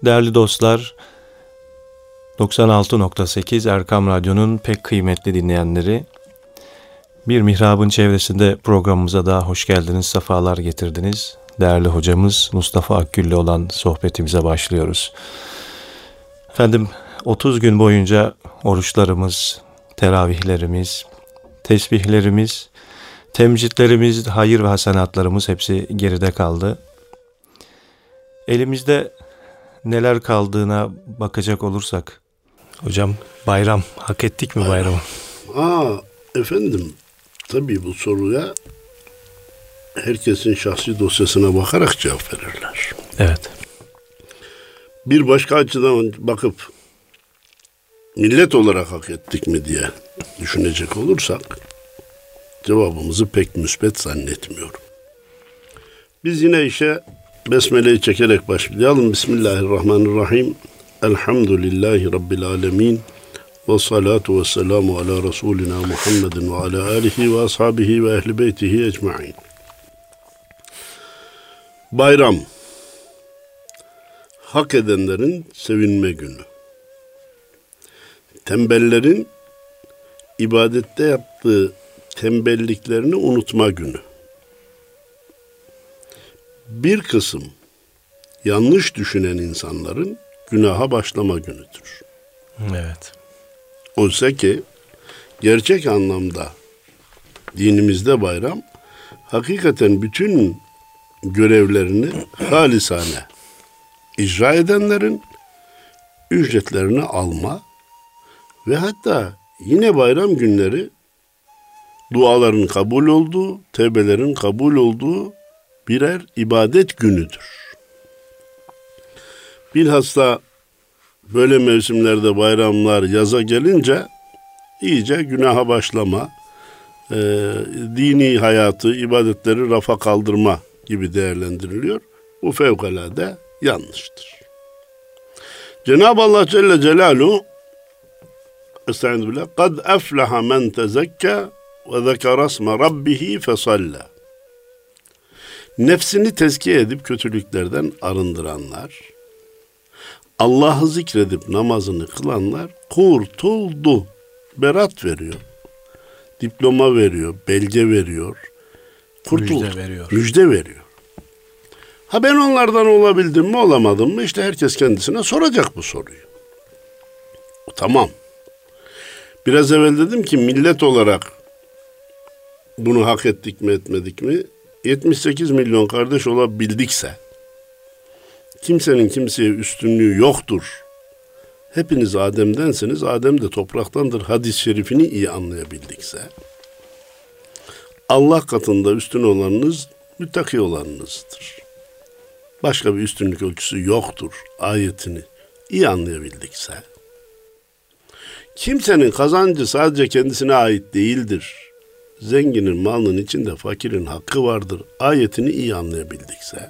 Değerli dostlar, 96.8 Erkam Radyo'nun pek kıymetli dinleyenleri, Bir Mihrab'ın çevresinde programımıza da hoş geldiniz, sefalar getirdiniz. Değerli hocamız Mustafa Akgül'le olan sohbetimize başlıyoruz. Efendim, 30 gün boyunca oruçlarımız, teravihlerimiz, tesbihlerimiz, temcitlerimiz, hayır ve hasenatlarımız hepsi geride kaldı. Elimizde neler kaldığına bakacak olursak, hocam bayram, hak ettik mi bayramı? Efendim, tabii bu soruya herkesin şahsi dosyasına bakarak cevap verirler. Evet. Bir başka açıdan bakıp millet olarak hak ettik mi diye düşünecek olursak cevabımızı pek müsbet zannetmiyorum. Biz yine işe besmeleyi çekerek başlayalım. Bismillahirrahmanirrahim. Elhamdülillahi Rabbil alemin. Ve salatu ve selamu ala Resulina Muhammedin ve ala alihi ve ashabihi ve ehli beytihi ecma'in. Bayram, hak edenlerin sevinme günü. Tembellerin ibadette yaptığı tembelliklerini unutma günü. Bir kısım yanlış düşünen insanların günaha başlama günüdür. Evet. Oysa ki gerçek anlamda dinimizde bayram hakikaten bütün görevlerini halisane icra edenlerin ücretlerini alma ve hatta yine bayram günleri duaların kabul olduğu, tevbelerin kabul olduğu birer ibadet günüdür. Bilhassa böyle mevsimlerde bayramlar yaza gelince iyice günaha başlama, dini hayatı, ibadetleri rafa kaldırma gibi değerlendiriliyor. Bu fevkalade yanlıştır. Cenab-ı Allah Celle Celaluhu Estağfirullah. Kad eflaha men tezekka ve zekara isme rabbihi fesalla. Nefsini tezkiye edip kötülüklerden arındıranlar, Allah'ı zikredip namazını kılanlar kurtuldu. Berat veriyor. Diploma veriyor, belge veriyor. Kurtuldu. Müjde veriyor. Ha ben onlardan olabildim mi, olamadım mı? İşte herkes kendisine soracak bu soruyu. Tamam. Biraz evvel dedim ki millet olarak bunu hak ettik mi, etmedik mi? 78 milyon kardeş olabildikse, kimsenin kimseye üstünlüğü yoktur. Hepiniz Adem'densiniz, Adem de topraktandır hadis-i şerifini iyi anlayabildikse, Allah katında üstün olanınız müttaki olanınızdır. Başka bir üstünlük ölçüsü yoktur ayetini iyi anlayabildikse, kimsenin kazancı sadece kendisine ait değildir. Zenginin malının içinde fakirin hakkı vardır ayetini iyi anlayabildikse,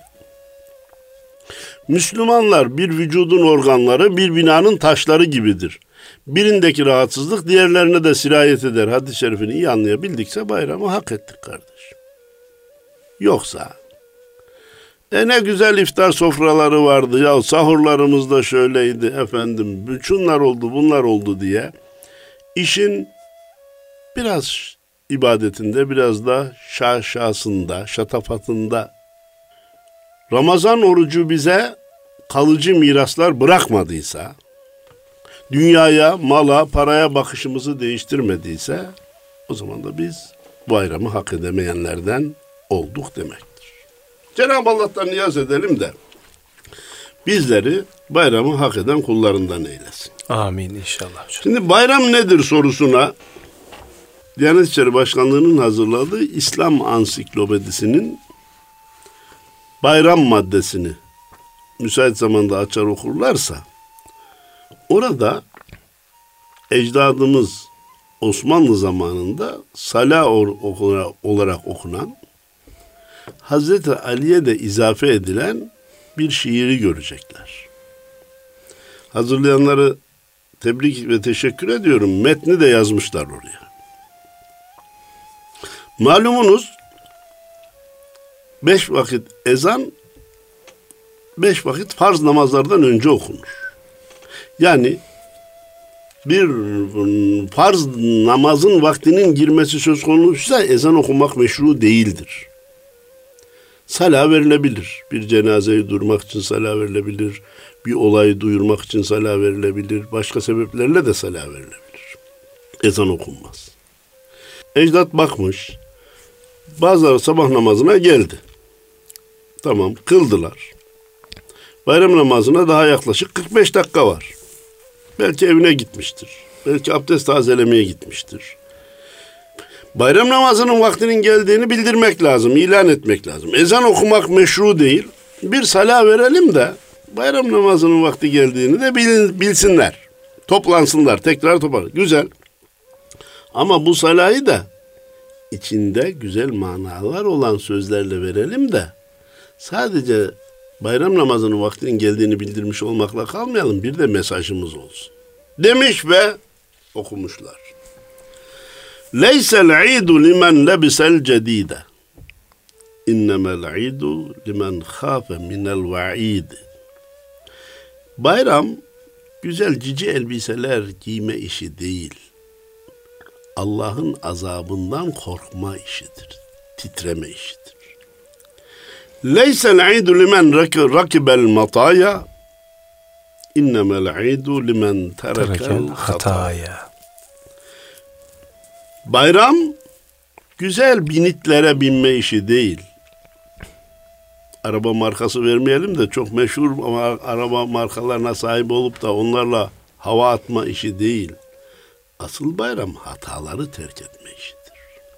Müslümanlar bir vücudun organları bir binanın taşları gibidir. Birindeki rahatsızlık diğerlerine de sirayet eder. Hadis-i şerifini iyi anlayabildikse bayramı hak ettik kardeşim. Yoksa ne güzel iftar sofraları vardı ya, sahurlarımız da şöyleydi efendim, şunlar oldu bunlar oldu diye işin biraz ibadetinde, biraz da şaşasında, şatafatında, Ramazan orucu bize kalıcı miraslar bırakmadıysa, dünyaya, mala, paraya bakışımızı değiştirmediyse, o zaman da biz bayramı hak edemeyenlerden olduk demektir. Cenab-ı Allah'tan niyaz edelim de bizleri bayramı hak eden kullarından eylesin. Amin inşallah. Şimdi bayram nedir sorusuna Diyanet İşleri Başkanlığı'nın hazırladığı İslam Ansiklopedisi'nin bayram maddesini müsait zamanda açar okurlarsa, orada ecdadımız Osmanlı zamanında salah olarak okunan, Hazreti Ali'ye de izafe edilen bir şiiri görecekler. Hazırlayanları tebrik ve teşekkür ediyorum. Metni de yazmışlar oraya. Malumunuz 5 vakit ezan 5 vakit farz namazlardan önce okunur. Yani bir farz namazın vaktinin girmesi söz konusuysa ezan okumak meşru değildir. Sala verilebilir. Bir cenazeyi durmak için sala verilebilir. Bir olayı duyurmak için sala verilebilir. Başka sebeplerle de sala verilebilir. Ezan okunmaz. Ecdat bakmış. Bazıları sabah namazına geldi. Tamam, kıldılar. Bayram namazına daha yaklaşık 45 dakika var. Belki evine gitmiştir. Belki abdest tazelemeye gitmiştir. Bayram namazının vaktinin geldiğini bildirmek lazım, ilan etmek lazım. Ezan okumak meşru değil. Bir sala verelim de bayram namazının vakti geldiğini de bilsinler. Toplansınlar, tekrar toplar. Güzel. Ama bu salayı da içinde güzel manalar olan sözlerle verelim de sadece bayram namazının vaktinin geldiğini bildirmiş olmakla kalmayalım. Bir de mesajımız olsun. Demiş ve okumuşlar. Leysel idu limen lebisel cedide. İnnemel idu limen khafe minel va'id. Bayram güzel cici elbiseler giyme işi değil. Allah'ın azabından korkma işidir. Titreme işidir. Leysel idu limen rakibel mataya. İnnemel idu limen terekel hataya. Bayram güzel binitlere binme işi değil. Araba markası vermeyelim de çok meşhur ama araba markalarına sahip olup da onlarla hava atma işi değil. Asıl bayram hataları terk etme işidir.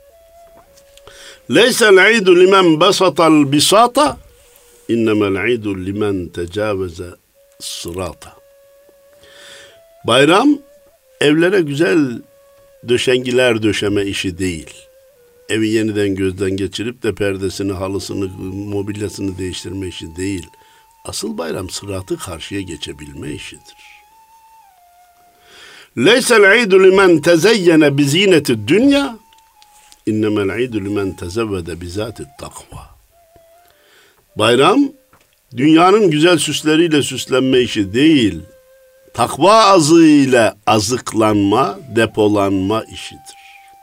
Leysel idu limen basatal bisata innemel idu limen tecavüze sırata. Bayram evlere güzel döşengiler döşeme işi değil. Evi yeniden gözden geçirip de perdesini, halısını, mobilyasını değiştirme işi değil. Asıl bayram sıratı karşıya geçebilme işidir. Leysel idu limen tezeyyene bizineti dünya innemel idu limen tezevvede bizati takva. Bayram dünyanın güzel süsleriyle süslenme işi değil. Takva azığıyla azıklanma, depolanma işidir.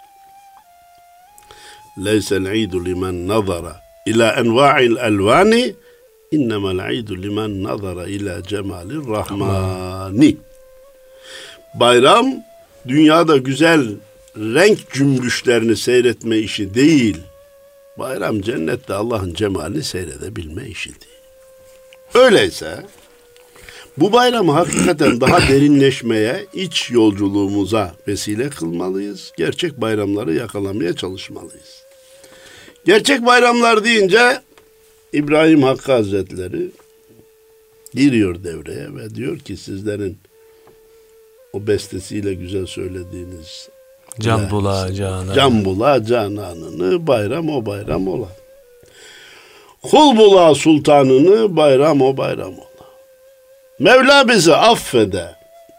Leysel idu limen nazara ila enva'il elvani innemel idu limen nazara ila cemalir rahmani. Bayram dünyada güzel renk cümbüşlerini seyretme işi değil. Bayram cennette Allah'ın cemalini seyredebilme işidir. Öyleyse bu bayramı hakikaten daha derinleşmeye, iç yolculuğumuza vesile kılmalıyız. Gerçek bayramları yakalamaya çalışmalıyız. Gerçek bayramlar deyince İbrahim Hakkı Hazretleri giriyor devreye ve diyor ki sizlerin o bestesiyle güzel söylediğiniz Can bula canan. Can bula cananını bayram o bayram ola. Kul bula sultanını bayram o bayram ola. Mevla bizi affede.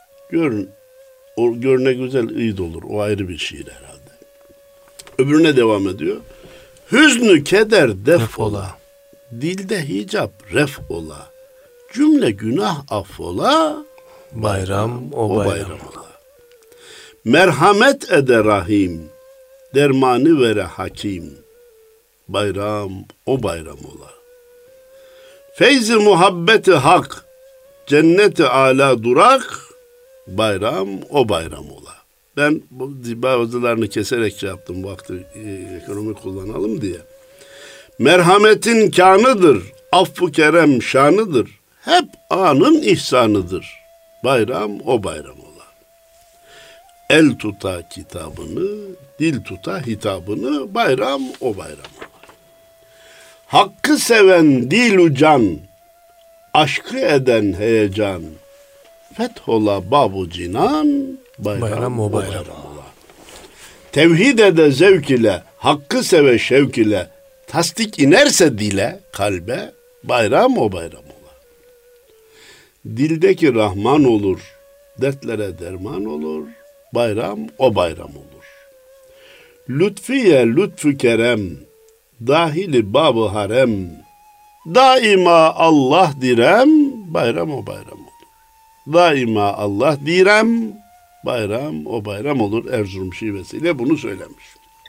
Gör ne güzel ıyd olur. O ayrı bir şiir herhalde. Öbürüne devam ediyor. Hüznü keder def ola. Dilde hicap ref ola. Cümle günah affola. Bayram o bayram ola. Merhamet ede rahim. Dermanı vere hakim. Bayram o bayram ola. Feyzi muhabbeti hak. Cenneti âlâ durak, bayram o bayram ola. Ben bazılarını keserek şey yaptım, vakti ekonomi kullanalım diye. Merhametin kânıdır, affı kerem şanıdır. Hep anın ihsanıdır. Bayram o bayram ola. El tuta kitabını, dil tuta hitabını, bayram o bayram ola. Hakkı seven dil can, aşkı eden heyecan, fethola babu cinan, bayram o bayram ola. Tevhid ede zevk ile, hakkı seve şevk ile, tasdik inerse dile, kalbe, bayram o bayram ola. Dildeki Rahman olur, dertlere derman olur, bayram o bayram olur. Lütfiye lütfü kerem, dahili babı harem, Daima Allah direm, bayram o bayram olur. Daima Allah direm, bayram o bayram olur. Erzurum şivesiyle bunu söylemiş.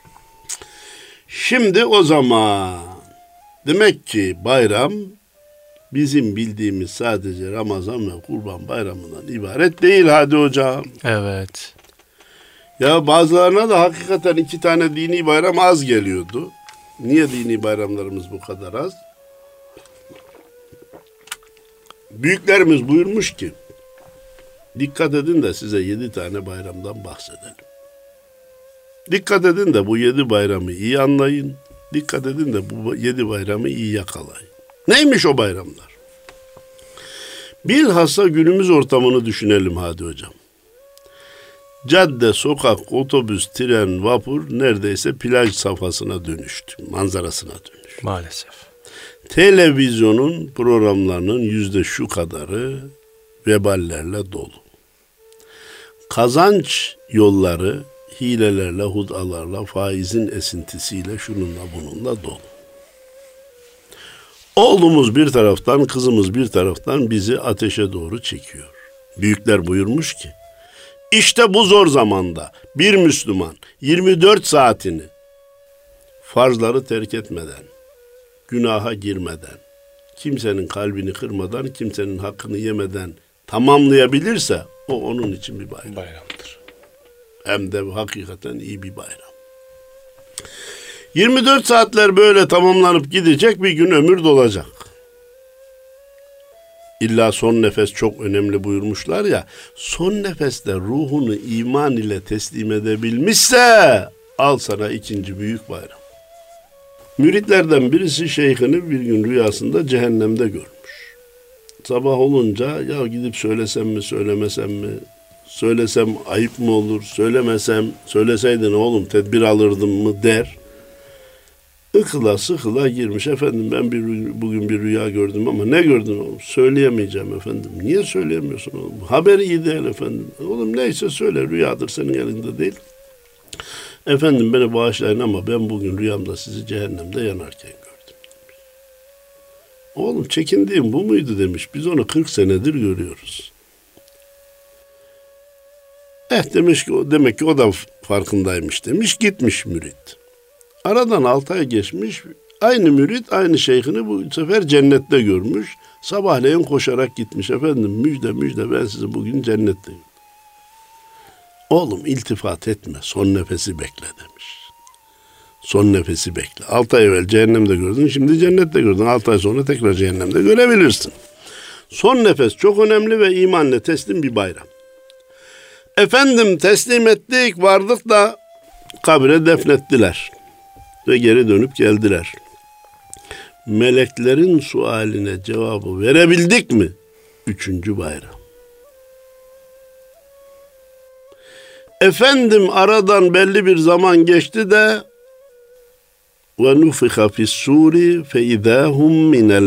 Şimdi o zaman demek ki bayram bizim bildiğimiz sadece Ramazan ve Kurban Bayramı'ndan ibaret değil hadi hocam. Evet. Ya bazılarına da hakikaten 2 tane dini bayram az geliyordu. Niye dini bayramlarımız bu kadar az? Büyüklerimiz buyurmuş ki, dikkat edin de size 7 tane bayramdan bahsedelim. Dikkat edin de bu 7 bayramı iyi anlayın. Dikkat edin de bu 7 bayramı iyi yakalayın. Neymiş o bayramlar? Bilhassa günümüz ortamını düşünelim hadi hocam. Cadde, sokak, otobüs, tren, vapur neredeyse plaj safhasına dönüştü. Manzarasına dönüştü. Maalesef. Televizyonun programlarının %şu kadarı veballerle dolu. Kazanç yolları hilelerle, hudalarla, faizin esintisiyle, şununla bununla dolu. Oğlumuz bir taraftan, kızımız bir taraftan bizi ateşe doğru çekiyor. Büyükler buyurmuş ki, İşte bu zor zamanda bir Müslüman 24 saatini farzları terk etmeden, günaha girmeden, kimsenin kalbini kırmadan, kimsenin hakkını yemeden tamamlayabilirse o onun için bir bayramdır. Hem de hakikaten iyi bir bayram. 24 saatler böyle tamamlanıp gidecek, bir gün ömür dolacak. İlla son nefes çok önemli buyurmuşlar ya, son nefeste ruhunu iman ile teslim edebilmişse al sana ikinci büyük bayram. Müritlerden birisi şeyhini bir gün rüyasında cehennemde görmüş. Sabah olunca ya gidip söylesem mi söylemesem mi, söylesem ayıp mı olur, söylemesem, söyleseydin oğlum tedbir alırdım mı der. Ikıla sıkıla girmiş. Efendim ben bugün bir rüya gördüm ama ne gördün oğlum? Söyleyemeyeceğim efendim. Niye söyleyemiyorsun oğlum? Haber iyi değil efendim. Oğlum neyse söyle, rüyadır, senin elinde değil. Efendim beni bağışlayın ama ben bugün rüyamda sizi cehennemde yanarken gördüm. Oğlum çekindiğim bu muydu demiş. Biz onu 40 senedir görüyoruz. Demek ki o da farkındaymış demiş. Gitmiş mürit. Aradan 6 ay geçmiş, aynı mürit aynı şeyhini bu sefer cennette görmüş. Sabahleyin koşarak gitmiş. Efendim müjde ben sizi bugün cennette. Oğlum iltifat etme, son nefesi bekle demiş. Son nefesi bekle. 6 ay evvel cehennemde gördün, şimdi cennette gördün. 6 ay sonra tekrar cehennemde görebilirsin. Son nefes çok önemli ve imanla teslim bir bayram. Efendim teslim ettik, vardık da kabre defnettiler. Ve geri dönüp geldiler. Meleklerin sualine cevabı verebildik mi? 3. bayram. Efendim aradan belli bir zaman geçti de ve nufiha fis-suri fe idahum minel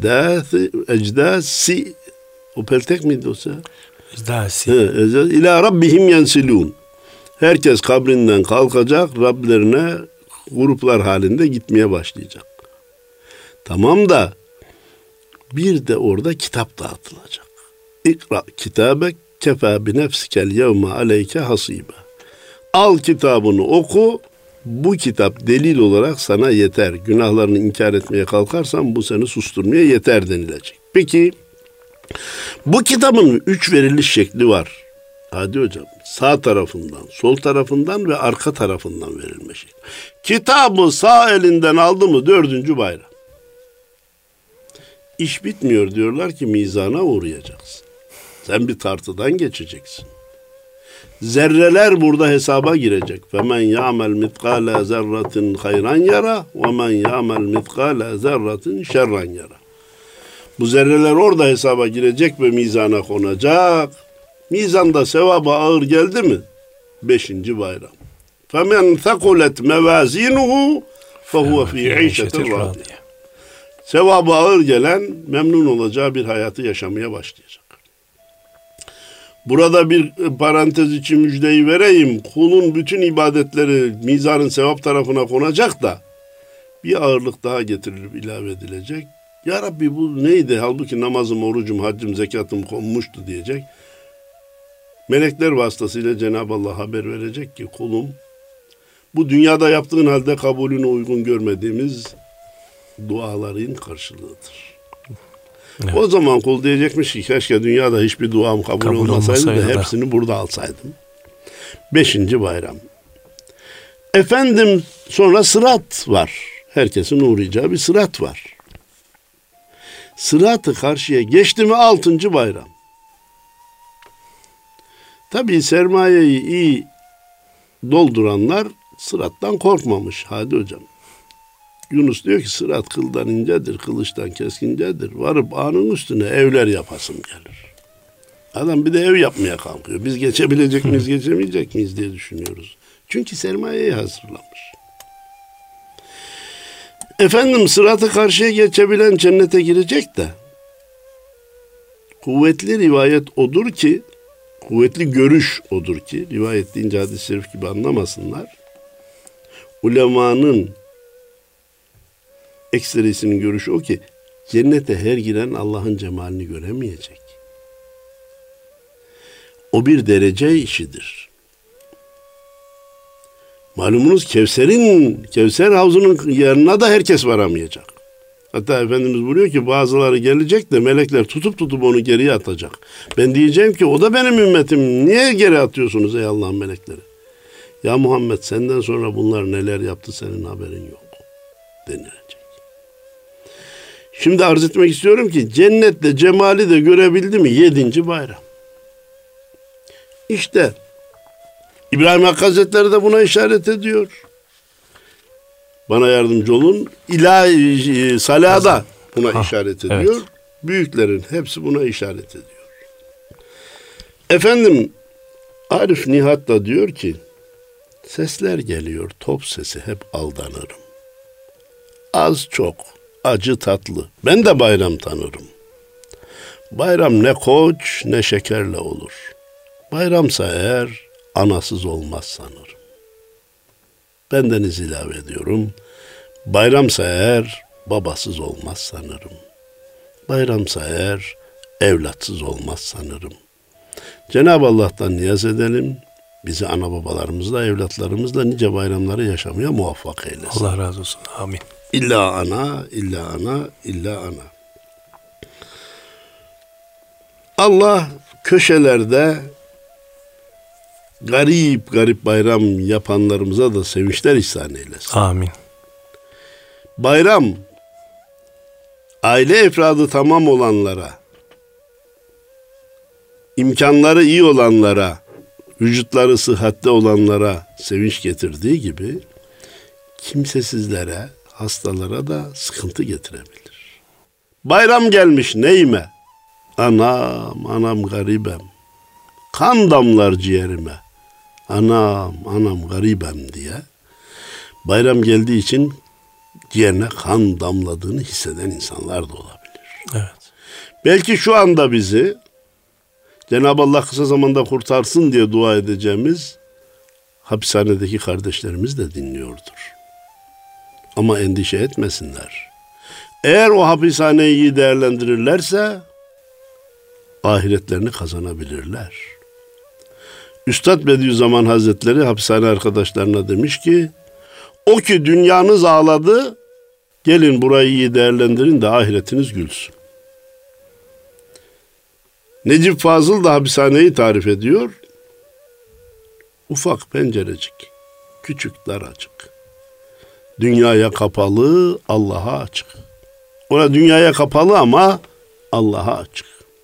ecdasi o peltek miydi o sen? Ecdasi. İlâ rabbihim yensilûn. Herkes kabrinden kalkacak, Rablerine gruplar halinde gitmeye başlayacak. Tamam da bir de orada kitap dağıtılacak. İkra kitabe kefa bi nefsikel yevme aleyke hasibe. Al kitabını oku. Bu kitap delil olarak sana yeter. Günahlarını inkar etmeye kalkarsan bu seni susturmaya yeter denilecek. Peki bu kitabın 3 veriliş şekli var. Hadi hocam, sağ tarafından, sol tarafından ve arka tarafından verilme şekli. Kitabı sağ elinden aldı mı 4. bayram. İş bitmiyor, diyorlar ki mizana uğrayacaksın. Sen bir tartıdan geçeceksin. Zerreler burada hesaba girecek. فَمَنْ يَعْمَلْ مِثْقَالَ زَرَّةٍ خَيْرًا يَرَى وَمَنْ يَعْمَلْ مِثْقَالَ زَرَّةٍ شَرًّا يَرَى. Bu zerreler orada hesaba girecek ve mizana konacak. Mizanda sevabı ağır geldi mi? 5. bayram. فَمَنْ ثَقُلَتْ مَوَازِينُهُ فَهُوَ فِي عِيشَةٍ رَاضِيَةٍ. Sevabı ağır gelen memnun olacağı bir hayatı yaşamaya başlayacak. Burada bir parantez için müjdeyi vereyim. Kulun bütün ibadetleri mizanın sevap tarafına konacak da bir ağırlık daha getirilip ilave edilecek. Ya Rabbi bu neydi? Halbuki namazım, orucum, haccım, zekatım konmuştu diyecek. Melekler vasıtasıyla Cenab-ı Allah haber verecek ki kulum, bu dünyada yaptığın halde kabulüne uygun görmediğimiz duaların karşılığıdır. Evet. O zaman kul diyecekmiş ki keşke dünyada hiçbir duam kabul olmasaydı da hepsini burada alsaydım. 5. bayram. Efendim sonra sırat var. Herkesin uğrayacağı bir sırat var. Sıratı karşıya geçti mi 6. bayram. Tabii sermayeyi iyi dolduranlar sırattan korkmamış Hadi hocam. Yunus diyor ki sırat kıldan incedir, kılıçtan keskincedir. Varıp anın üstüne evler yapasım gelir. Adam bir de ev yapmaya kalkıyor. Biz geçebilecek miyiz, geçemeyecek miyiz diye düşünüyoruz. Çünkü sermayeyi hazırlamış. Efendim sıratı karşıya geçebilen cennete girecek de kuvvetli rivayet odur ki, kuvvetli görüş odur ki, rivayet deyince hadis-i şerif gibi anlamasınlar. Ulemanın ekserisinin görüşü o ki cennete her giren Allah'ın cemalini göremeyecek. O bir derece işidir. Malumunuz Kevser havzunun yanına da herkes varamayacak. Hatta Efendimiz buyuruyor ki bazıları gelecek de melekler tutup onu geriye atacak. Ben diyeceğim ki o da benim ümmetim. Niye geri atıyorsunuz ey Allah'ın melekleri? Ya Muhammed senden sonra bunlar neler yaptı senin haberin yok denilecek. Şimdi arz etmek istiyorum ki cennette cemali de görebildi mi 7. bayram. İşte İbrahim Hakkı Hazretleri de buna işaret ediyor. Bana yardımcı olun. Salada buna işaret ediyor. Evet. Büyüklerin hepsi buna işaret ediyor. Efendim Arif Nihat da diyor ki sesler geliyor, top sesi hep aldanırım. Az çok, acı tatlı. Ben de bayram tanırım. Bayram ne koç ne şekerle olur. Bayramsa eğer anasız olmaz sanırım. Bendeniz ilave ediyorum. Bayramsa eğer babasız olmaz sanırım. Bayramsa eğer evlatsız olmaz sanırım. Cenab-ı Allah'tan niyaz edelim. Bizi ana babalarımızla, evlatlarımızla nice bayramları yaşamaya muvaffak eylesin. Allah razı olsun. Amin. İlla ana, illa ana, illa ana. Allah köşelerde garip bayram yapanlarımıza da sevinçler ihsan eylesin. Amin. Bayram, aile efradı tamam olanlara, imkanları iyi olanlara, vücutları sıhhatli olanlara sevinç getirdiği gibi, kimsesizlere, hastalara da sıkıntı getirebilir. Bayram gelmiş neyime? Anam garibem. Kan damlar ciğerime. Anam garibem diye. Bayram geldiği için ciğerine kan damladığını hisseden insanlar da olabilir. Evet. Belki şu anda bizi Cenab-ı Allah kısa zamanda kurtarsın diye dua edeceğimiz hapishanedeki kardeşlerimiz de dinliyordur. Ama endişe etmesinler. Eğer o hapishaneyi iyi değerlendirirlerse ahiretlerini kazanabilirler. Üstad Bediüzzaman Hazretleri hapishane arkadaşlarına demiş ki o ki dünyanız ağladı, gelin burayı iyi değerlendirin de ahiretiniz gülsün. Necip Fazıl da hapishaneyi tarif ediyor. Ufak pencerecik, küçük daracık. Dünyaya kapalı, Allah'a açık. Ona dünyaya kapalı ama Allah'a açık.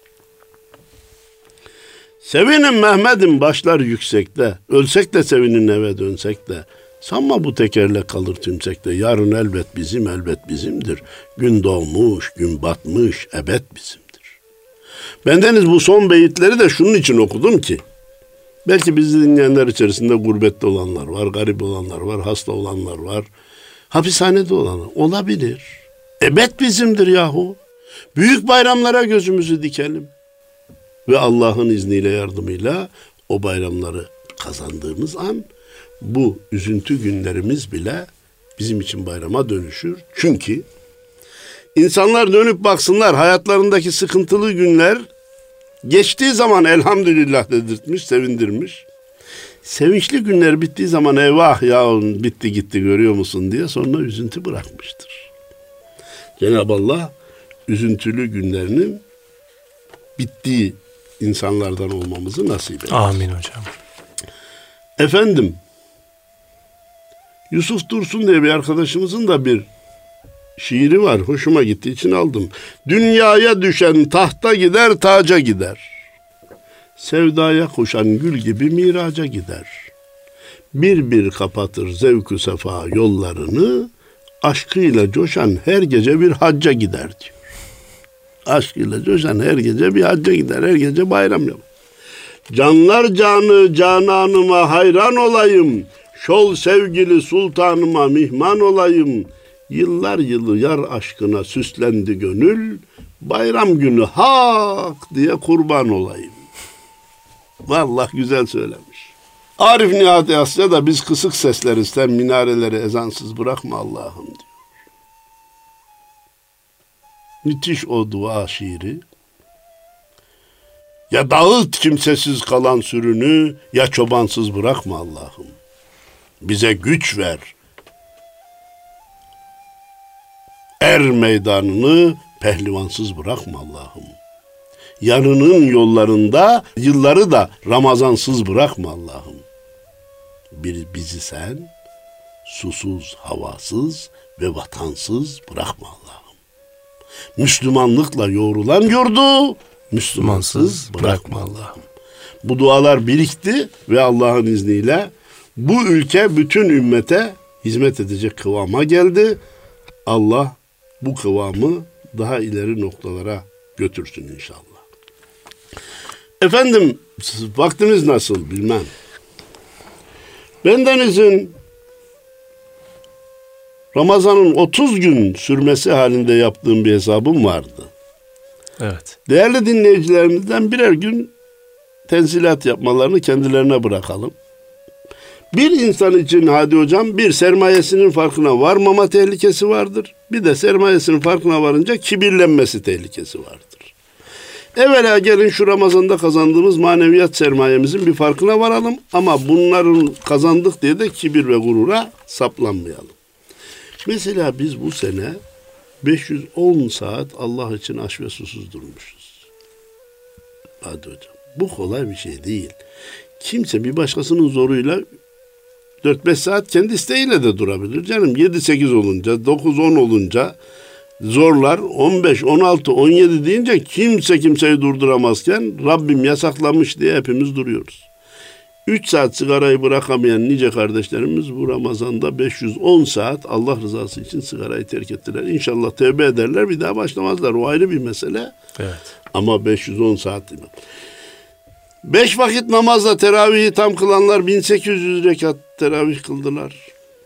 Sevinin Mehmet'im başlar yüksekte. Ölsek de sevinin eve dönsek de. Sanma bu tekerle kalır tümsekte. Yarın elbet bizimdir. Gün doğmuş, gün batmış, ebed bizimdir. Bendeniz bu son beyitleri de şunun için okudum ki. Belki bizi dinleyenler içerisinde gurbette olanlar var, garip olanlar var, hasta olanlar var. Hapishanede olanlar olabilir. Ebed bizimdir yahu. Büyük bayramlara gözümüzü dikelim. Ve Allah'ın izniyle, yardımıyla o bayramları kazandığımız an bu üzüntü günlerimiz bile bizim için bayrama dönüşür. Çünkü İnsanlar dönüp baksınlar, hayatlarındaki sıkıntılı günler geçtiği zaman elhamdülillah dedirtmiş, sevindirmiş. Sevinçli günler bittiği zaman eyvah ya bitti gitti görüyor musun diye sonra üzüntü bırakmıştır. Cenab-ı Allah üzüntülü günlerinin bittiği insanlardan olmamızı nasip eder. Amin hocam. Efendim, Yusuf Dursun diye bir arkadaşımızın da bir şiiri var. Hoşuma gittiği için aldım. Dünyaya düşen tahta gider, taca gider. Sevdaya koşan gül gibi miraca gider. Bir bir kapatır zevk-ü sefa yollarını, aşkıyla coşan her gece bir hacca gider diyor. Aşkıyla coşan her gece bir hacca gider, her gece bayram yapar. Canlar canı cananıma hayran olayım, şol sevgili sultanıma mihman olayım. Yıllar yılı yar aşkına süslendi gönül, bayram günü hak diye kurban olayım. Vallahi güzel söylemiş. Arif Nihat Asya da biz kısık sesleriz, sen minareleri ezansız bırakma Allah'ım diyor. Müthiş o dua şiiri. Ya dağıt kimsesiz kalan sürünü, ya çobansız bırakma Allah'ım. Bize güç ver. Er meydanını pehlivansız bırakma Allah'ım. Yanının yollarında yılları da Ramazansız bırakma Allah'ım. Bizi sen susuz, havasız ve vatansız bırakma Allah'ım. Müslümanlıkla yoğrulan yurdu Müslümansız bırakma Allah'ım. Bu dualar birikti ve Allah'ın izniyle bu ülke bütün ümmete hizmet edecek kıvama geldi. Allah bu kıvamı daha ileri noktalara götürsün inşallah. Efendim, vaktimiz nasıl bilmem. Bendenizin Ramazan'ın 30 gün sürmesi halinde yaptığım bir hesabım vardı. Evet. Değerli dinleyicilerimizden birer gün tenzilat yapmalarını kendilerine bırakalım. Bir insan için hadi hocam bir sermayesinin farkına varmama tehlikesi vardır. Bir de sermayesinin farkına varınca kibirlenmesi tehlikesi vardır. Evvela gelin şu Ramazan'da kazandığımız maneviyat sermayemizin bir farkına varalım. Ama bunların kazandık diye de kibir ve gurura saplanmayalım. Mesela biz bu sene 510 saat Allah için aç ve susuz durmuşuz. Hadi hocam. Bu kolay bir şey değil. Kimse bir başkasının zoruyla 4-5 saat kendi isteğiyle de durabilir. Canım 7-8 olunca, 9-10 olunca zorlar, 15, 16, 17 deyince kimse kimseyi durduramazken Rabbim yasaklamış diye hepimiz duruyoruz. 3 saat sigarayı bırakamayan nice kardeşlerimiz bu Ramazan'da 510 saat Allah rızası için sigarayı terk ettiler. İnşallah tevbe ederler, bir daha başlamazlar. O ayrı bir mesele. Evet. Ama 510 saat değil mi? 5 vakit namazla teravihi tam kılanlar 1800 rekat teravih kıldılar.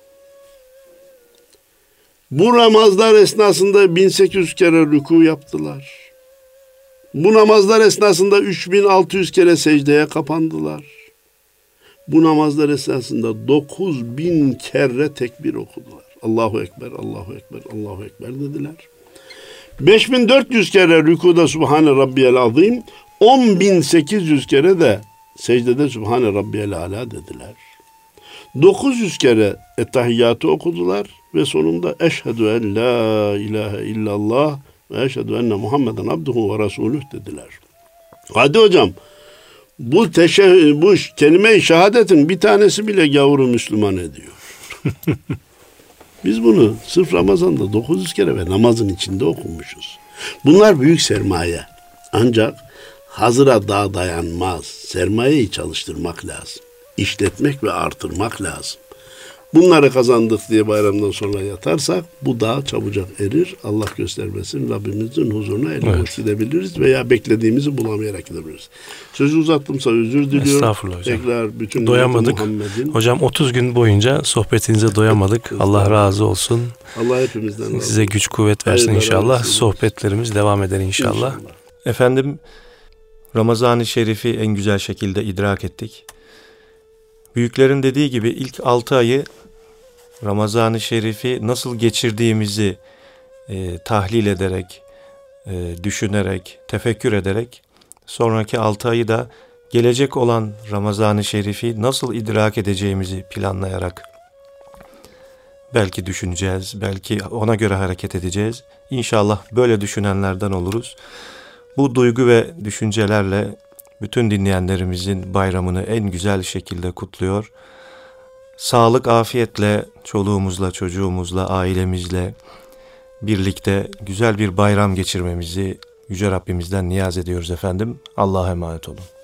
Bu namazlar esnasında 1800 kere rükû yaptılar. Bu namazlar esnasında 3600 kere secdeye kapandılar. Bu namazlar esnasında 9000 kere tekbir okudular. Allahu Ekber, Allahu Ekber, Allahu Ekber dediler. 5400 kere rükuda Subhane Rabbiyel Azim, 10.800 kere de secdede Subhane Rabbiyel Ala dediler. 900 kere ettehiyyatı okudular ve sonunda Eşhedü en la ilahe illallah ve eşhedü enne Muhammeden abduhu ve resuluh dediler. Hadi hocam, bu kelime-i şehadetin bir tanesi bile gavuru Müslüman ediyor. Biz bunu sırf Ramazan'da 900 kere ve namazın içinde okumuşuz. Bunlar büyük sermaye. Ancak hazıra daha dayanmaz. Sermayeyi çalıştırmak lazım. İşletmek ve artırmak lazım. Bunları kazandık diye bayramdan sonra yatarsak bu daha çabucak erir. Allah göstermesin, Rabbimizin huzuruna boş gidebiliriz veya beklediğimizi bulamayarak gidebiliriz. Sözü uzattımsa özür diliyorum. Estağfurullah hocam. Tekrar bütün doyamadık. Hocam 30 gün boyunca sohbetinize doyamadık. Allah razı olsun. Allah hepimizden razı olsun. Size güç kuvvet versin inşallah. Sohbetlerimiz devam eder inşallah. Efendim, Ramazan-ı Şerif'i en güzel şekilde idrak ettik. Büyüklerin dediği gibi ilk 6 ayı Ramazan-ı Şerif'i nasıl geçirdiğimizi tahlil ederek, düşünerek, tefekkür ederek sonraki 6 ayı da gelecek olan Ramazan-ı Şerif'i nasıl idrak edeceğimizi planlayarak belki düşüneceğiz, belki ona göre hareket edeceğiz. İnşallah böyle düşünenlerden oluruz. Bu duygu ve düşüncelerle bütün dinleyenlerimizin bayramını en güzel şekilde kutluyor. Sağlık, afiyetle, çoluğumuzla, çocuğumuzla, ailemizle birlikte güzel bir bayram geçirmemizi Yüce Rabbimizden niyaz ediyoruz efendim. Allah'a emanet olun.